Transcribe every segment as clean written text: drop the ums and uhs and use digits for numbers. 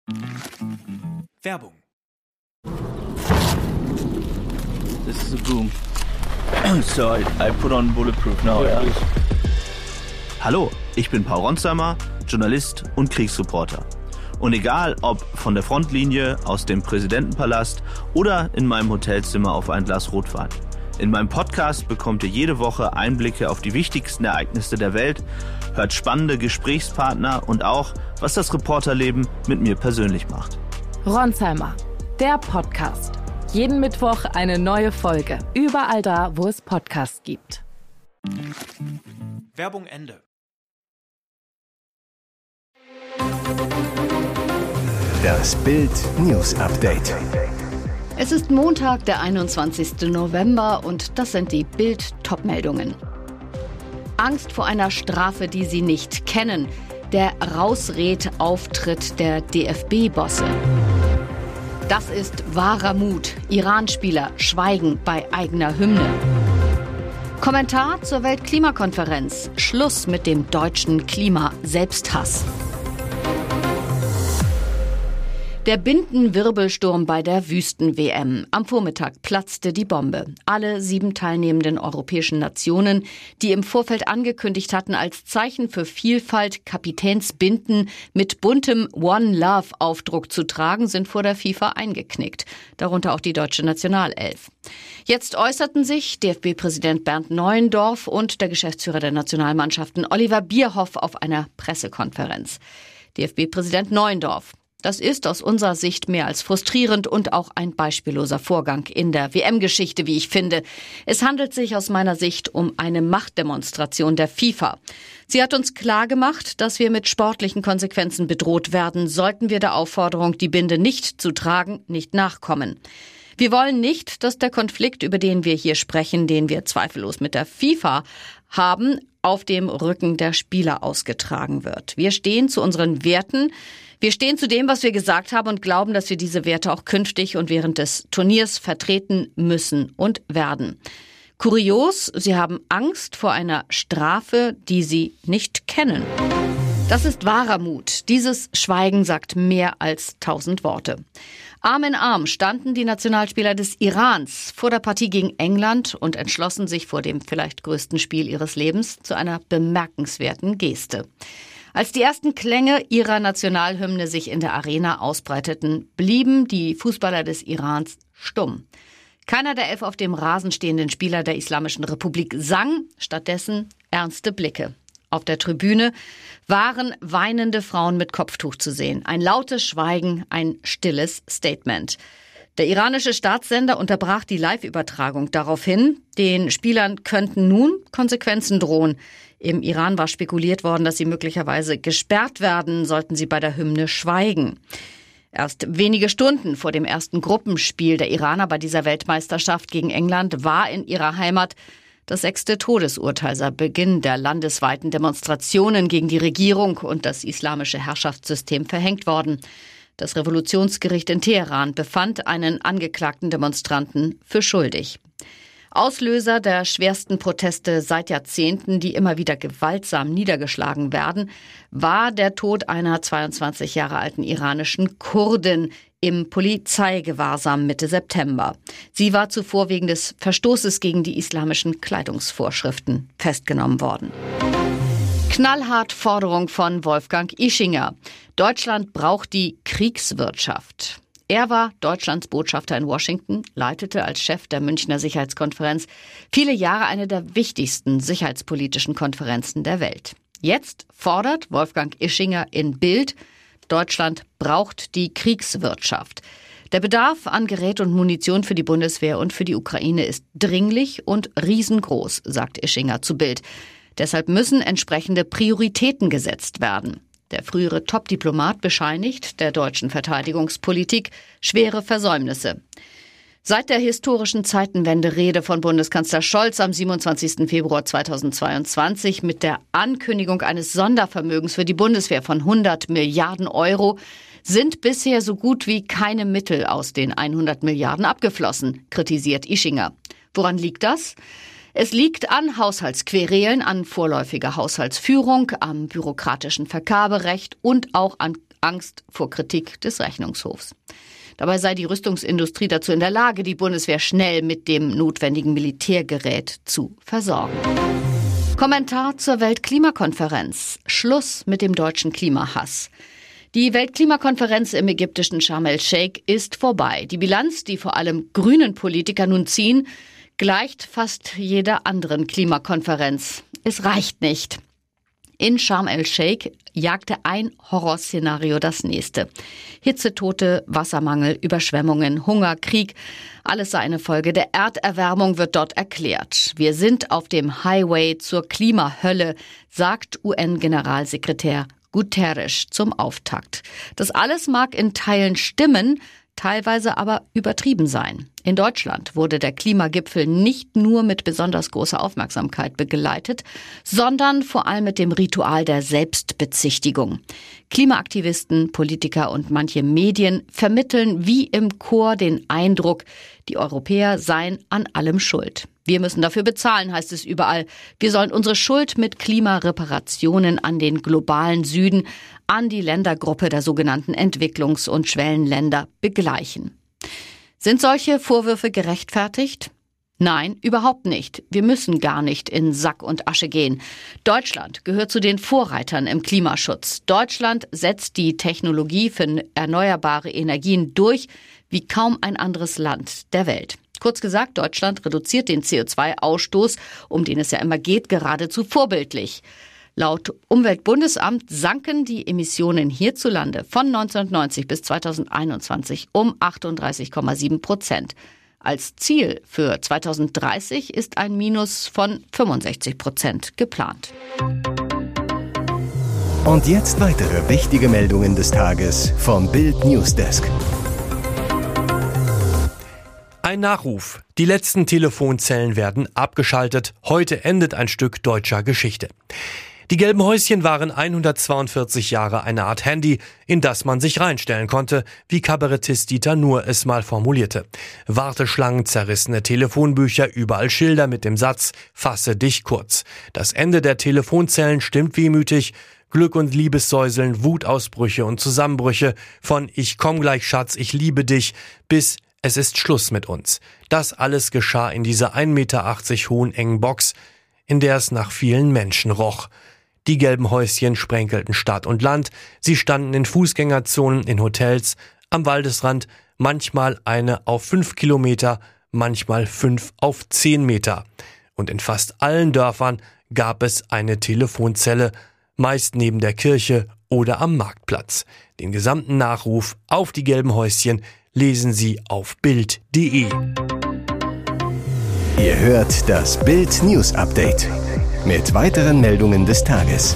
Werbung. This is a boom. So I put on bulletproof now. Yeah. Hallo, ich bin Paul Ronsheimer, Journalist und Kriegsreporter. Und egal ob von der Frontlinie, aus dem Präsidentenpalast oder in meinem Hotelzimmer auf ein Glas Rotwein. In meinem Podcast bekommt ihr jede Woche Einblicke auf die wichtigsten Ereignisse der Welt, hört spannende Gesprächspartner und auch, was das Reporterleben mit mir persönlich macht. Ronsheimer, der Podcast. Jeden Mittwoch eine neue Folge. Überall da, wo es Podcasts gibt. Werbung Ende. Das Bild News Update. Es ist Montag, der 21. November und das sind die Bild-Top-Meldungen. Angst vor einer Strafe, die sie nicht kennen. Der Rausred-Auftritt der DFB-Bosse. Das ist wahrer Mut. Iran-Spieler schweigen bei eigener Hymne. Kommentar zur Weltklimakonferenz. Schluss mit dem deutschen Klima-Selbsthass. Der Bindenwirbelsturm bei der Wüsten-WM. Am Vormittag platzte die Bombe. Alle 7 teilnehmenden europäischen Nationen, die im Vorfeld angekündigt hatten, als Zeichen für Vielfalt Kapitänsbinden mit buntem One Love-Aufdruck zu tragen, sind vor der FIFA eingeknickt. Darunter auch die deutsche Nationalelf. Jetzt äußerten sich DFB-Präsident Bernd Neuendorf und der Geschäftsführer der Nationalmannschaften Oliver Bierhoff auf einer Pressekonferenz. DFB-Präsident Neuendorf: Das ist aus unserer Sicht mehr als frustrierend und auch ein beispielloser Vorgang in der WM-Geschichte, wie ich finde. Es handelt sich aus meiner Sicht um eine Machtdemonstration der FIFA. Sie hat uns klargemacht, dass wir mit sportlichen Konsequenzen bedroht werden, sollten wir der Aufforderung, die Binde nicht zu tragen, nicht nachkommen. Wir wollen nicht, dass der Konflikt, über den wir hier sprechen, den wir zweifellos mit der FIFA haben, auf dem Rücken der Spieler ausgetragen wird. Wir stehen zu unseren Werten. Wir stehen zu dem, was wir gesagt haben und glauben, dass wir diese Werte auch künftig und während des Turniers vertreten müssen und werden. Kurios, sie haben Angst vor einer Strafe, die sie nicht kennen. Das ist wahrer Mut. Dieses Schweigen sagt mehr als 1000 Worte. Arm in Arm standen die Nationalspieler des Irans vor der Partie gegen England und entschlossen sich vor dem vielleicht größten Spiel ihres Lebens zu einer bemerkenswerten Geste. Als die ersten Klänge ihrer Nationalhymne sich in der Arena ausbreiteten, blieben die Fußballer des Irans stumm. Keiner der 11 auf dem Rasen stehenden Spieler der Islamischen Republik sang, stattdessen ernste Blicke. Auf der Tribüne waren weinende Frauen mit Kopftuch zu sehen. Ein lautes Schweigen, ein stilles Statement. Der iranische Staatssender unterbrach die Live-Übertragung daraufhin. Den Spielern könnten nun Konsequenzen drohen. Im Iran war spekuliert worden, dass sie möglicherweise gesperrt werden, sollten sie bei der Hymne schweigen. Erst wenige Stunden vor dem ersten Gruppenspiel der Iraner bei dieser Weltmeisterschaft gegen England war in ihrer Heimat das 6. Todesurteil seit Beginn der landesweiten Demonstrationen gegen die Regierung und das islamische Herrschaftssystem verhängt worden. Das Revolutionsgericht in Teheran befand einen angeklagten Demonstranten für schuldig. Auslöser der schwersten Proteste seit Jahrzehnten, die immer wieder gewaltsam niedergeschlagen werden, war der Tod einer 22 Jahre alten iranischen Kurdin im Polizeigewahrsam Mitte September. Sie war zuvor wegen des Verstoßes gegen die islamischen Kleidungsvorschriften festgenommen worden. Knallhart Forderung von Wolfgang Ischinger. Deutschland braucht die Kriegswirtschaft. Er war Deutschlands Botschafter in Washington, leitete als Chef der Münchner Sicherheitskonferenz viele Jahre eine der wichtigsten sicherheitspolitischen Konferenzen der Welt. Jetzt fordert Wolfgang Ischinger in Bild: Deutschland braucht die Kriegswirtschaft. Der Bedarf an Gerät und Munition für die Bundeswehr und für die Ukraine ist dringlich und riesengroß, sagt Ischinger zu Bild. Deshalb müssen entsprechende Prioritäten gesetzt werden. Der frühere Top-Diplomat bescheinigt der deutschen Verteidigungspolitik schwere Versäumnisse. Seit der historischen Zeitenwende-Rede von Bundeskanzler Scholz am 27. Februar 2022 mit der Ankündigung eines Sondervermögens für die Bundeswehr von 100 Milliarden Euro sind bisher so gut wie keine Mittel aus den 100 Milliarden abgeflossen, kritisiert Ischinger. Woran liegt das? Es liegt an Haushaltsquerelen, an vorläufiger Haushaltsführung, am bürokratischen Vergaberecht und auch an Angst vor Kritik des Rechnungshofs. Dabei sei die Rüstungsindustrie dazu in der Lage, die Bundeswehr schnell mit dem notwendigen Militärgerät zu versorgen. Kommentar zur Weltklimakonferenz. Schluss mit dem deutschen Klimahass. Die Weltklimakonferenz im ägyptischen Sharm el-Sheikh ist vorbei. Die Bilanz, die vor allem grünen Politiker nun ziehen, gleicht fast jeder anderen Klimakonferenz. Es reicht nicht. In Sharm el-Sheikh jagte ein Horrorszenario das nächste. Hitzetote, Wassermangel, Überschwemmungen, Hunger, Krieg. Alles sei eine Folge der Erderwärmung, wird dort erklärt. Wir sind auf dem Highway zur Klimahölle, sagt UN-Generalsekretär Guterres zum Auftakt. Das alles mag in Teilen stimmen, teilweise aber übertrieben sein. In Deutschland wurde der Klimagipfel nicht nur mit besonders großer Aufmerksamkeit begleitet, sondern vor allem mit dem Ritual der Selbstbezichtigung. Klimaaktivisten, Politiker und manche Medien vermitteln wie im Chor den Eindruck, die Europäer seien an allem schuld. Wir müssen dafür bezahlen, heißt es überall. Wir sollen unsere Schuld mit Klimareparationen an den globalen Süden, an die Ländergruppe der sogenannten Entwicklungs- und Schwellenländer begleichen. Sind solche Vorwürfe gerechtfertigt? Nein, überhaupt nicht. Wir müssen gar nicht in Sack und Asche gehen. Deutschland gehört zu den Vorreitern im Klimaschutz. Deutschland setzt die Technologie für erneuerbare Energien durch wie kaum ein anderes Land der Welt. Kurz gesagt, Deutschland reduziert den CO2-Ausstoß, um den es ja immer geht, geradezu vorbildlich. Laut Umweltbundesamt sanken die Emissionen hierzulande von 1990 bis 2021 um 38,7%. Als Ziel für 2030 ist ein Minus von 65% geplant. Und jetzt weitere wichtige Meldungen des Tages vom Bild Newsdesk. Ein Nachruf. Die letzten Telefonzellen werden abgeschaltet. Heute endet ein Stück deutscher Geschichte. Die gelben Häuschen waren 142 Jahre eine Art Handy, in das man sich reinstellen konnte, wie Kabarettist Dieter Nuhr es mal formulierte. Warteschlangen, zerrissene Telefonbücher, überall Schilder mit dem Satz „Fasse dich kurz". Das Ende der Telefonzellen stimmt wehmütig. Glück- und Liebessäuseln, Wutausbrüche und Zusammenbrüche von „Ich komm gleich, Schatz, ich liebe dich" bis „Es ist Schluss mit uns". Das alles geschah in dieser 1,80 Meter hohen engen Box, in der es nach vielen Menschen roch. Die gelben Häuschen sprenkelten Stadt und Land. Sie standen in Fußgängerzonen, in Hotels, am Waldesrand, manchmal eine auf 5 Kilometer, manchmal 5 auf 10 Meter. Und in fast allen Dörfern gab es eine Telefonzelle, meist neben der Kirche oder am Marktplatz. Den gesamten Nachruf auf die gelben Häuschen lesen Sie auf Bild.de. Ihr hört das Bild News Update mit weiteren Meldungen des Tages.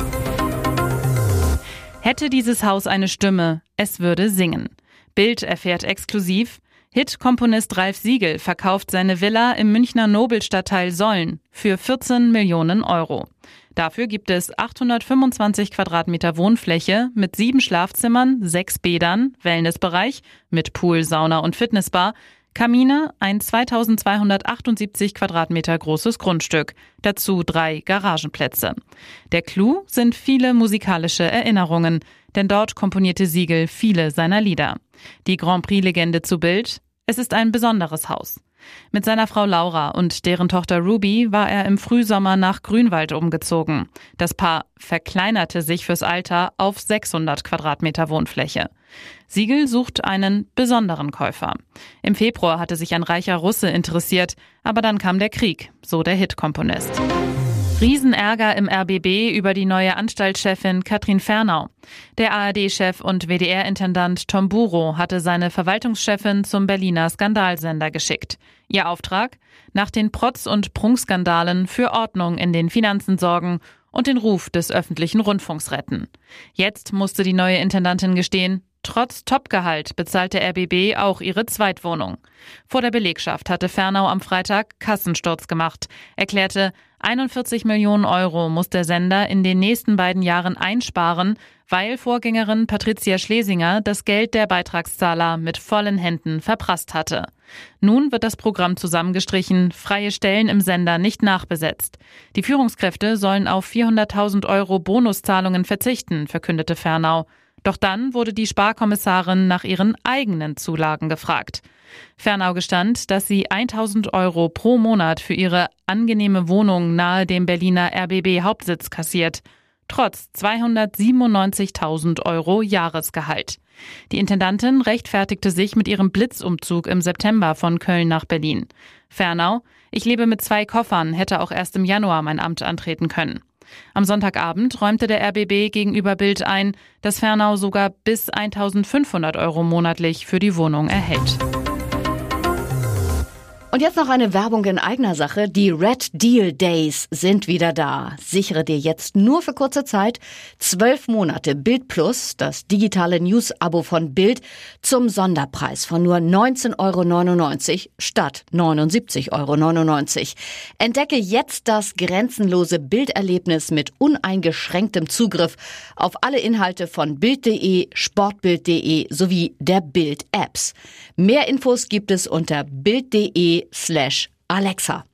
Hätte dieses Haus eine Stimme, es würde singen. Bild erfährt exklusiv: Hit-Komponist Ralf Siegel verkauft seine Villa im Münchner Nobelstadtteil Solln für 14 Millionen Euro. Dafür gibt es 825 Quadratmeter Wohnfläche mit 7 Schlafzimmern, 6 Bädern, Wellnessbereich mit Pool, Sauna und Fitnessbar, Kamine, ein 2278 Quadratmeter großes Grundstück, dazu 3 Garagenplätze. Der Clou sind viele musikalische Erinnerungen, denn dort komponierte Siegel viele seiner Lieder. Die Grand Prix-Legende zu Bild: Es ist ein besonderes Haus. Mit seiner Frau Laura und deren Tochter Ruby war er im Frühsommer nach Grünwald umgezogen. Das Paar verkleinerte sich fürs Alter auf 600 Quadratmeter Wohnfläche. Siegel sucht einen besonderen Käufer. Im Februar hatte sich ein reicher Russe interessiert, aber dann kam der Krieg, so der Hit-Komponist. Riesenärger im RBB über die neue Anstaltschefin Katrin Fernau. Der ARD-Chef und WDR-Intendant Tom Burow hatte seine Verwaltungschefin zum Berliner Skandalsender geschickt. Ihr Auftrag? Nach den Protz- und Prunkskandalen für Ordnung in den Finanzen sorgen und den Ruf des öffentlichen Rundfunks retten. Jetzt musste die neue Intendantin gestehen: Trotz Topgehalt bezahlt der RBB auch ihre Zweitwohnung. Vor der Belegschaft hatte Fernau am Freitag Kassensturz gemacht, erklärte, 41 Millionen Euro muss der Sender in den nächsten beiden Jahren einsparen, weil Vorgängerin Patricia Schlesinger das Geld der Beitragszahler mit vollen Händen verprasst hatte. Nun wird das Programm zusammengestrichen, freie Stellen im Sender nicht nachbesetzt. Die Führungskräfte sollen auf 400.000 Euro Bonuszahlungen verzichten, verkündete Fernau. Doch dann wurde die Sparkommissarin nach ihren eigenen Zulagen gefragt. Fernau gestand, dass sie 1.000 € pro Monat für ihre angenehme Wohnung nahe dem Berliner RBB-Hauptsitz kassiert, trotz 297.000 € Jahresgehalt. Die Intendantin rechtfertigte sich mit ihrem Blitzumzug im September von Köln nach Berlin. Fernau: Ich lebe mit 2 Koffern, hätte auch erst im Januar mein Amt antreten können. Am Sonntagabend räumte der RBB gegenüber Bild ein, dass Fernau sogar bis 1.500 € monatlich für die Wohnung erhält. Und jetzt noch eine Werbung in eigener Sache. Die Red Deal Days sind wieder da. Sichere dir jetzt nur für kurze Zeit 12 Monate Bild Plus, das digitale News-Abo von Bild, zum Sonderpreis von nur 19,99 € statt 79,99 €. Entdecke jetzt das grenzenlose Bilderlebnis mit uneingeschränktem Zugriff auf alle Inhalte von Bild.de, Sportbild.de sowie der Bild-Apps. Mehr Infos gibt es unter bild.de/Alexa.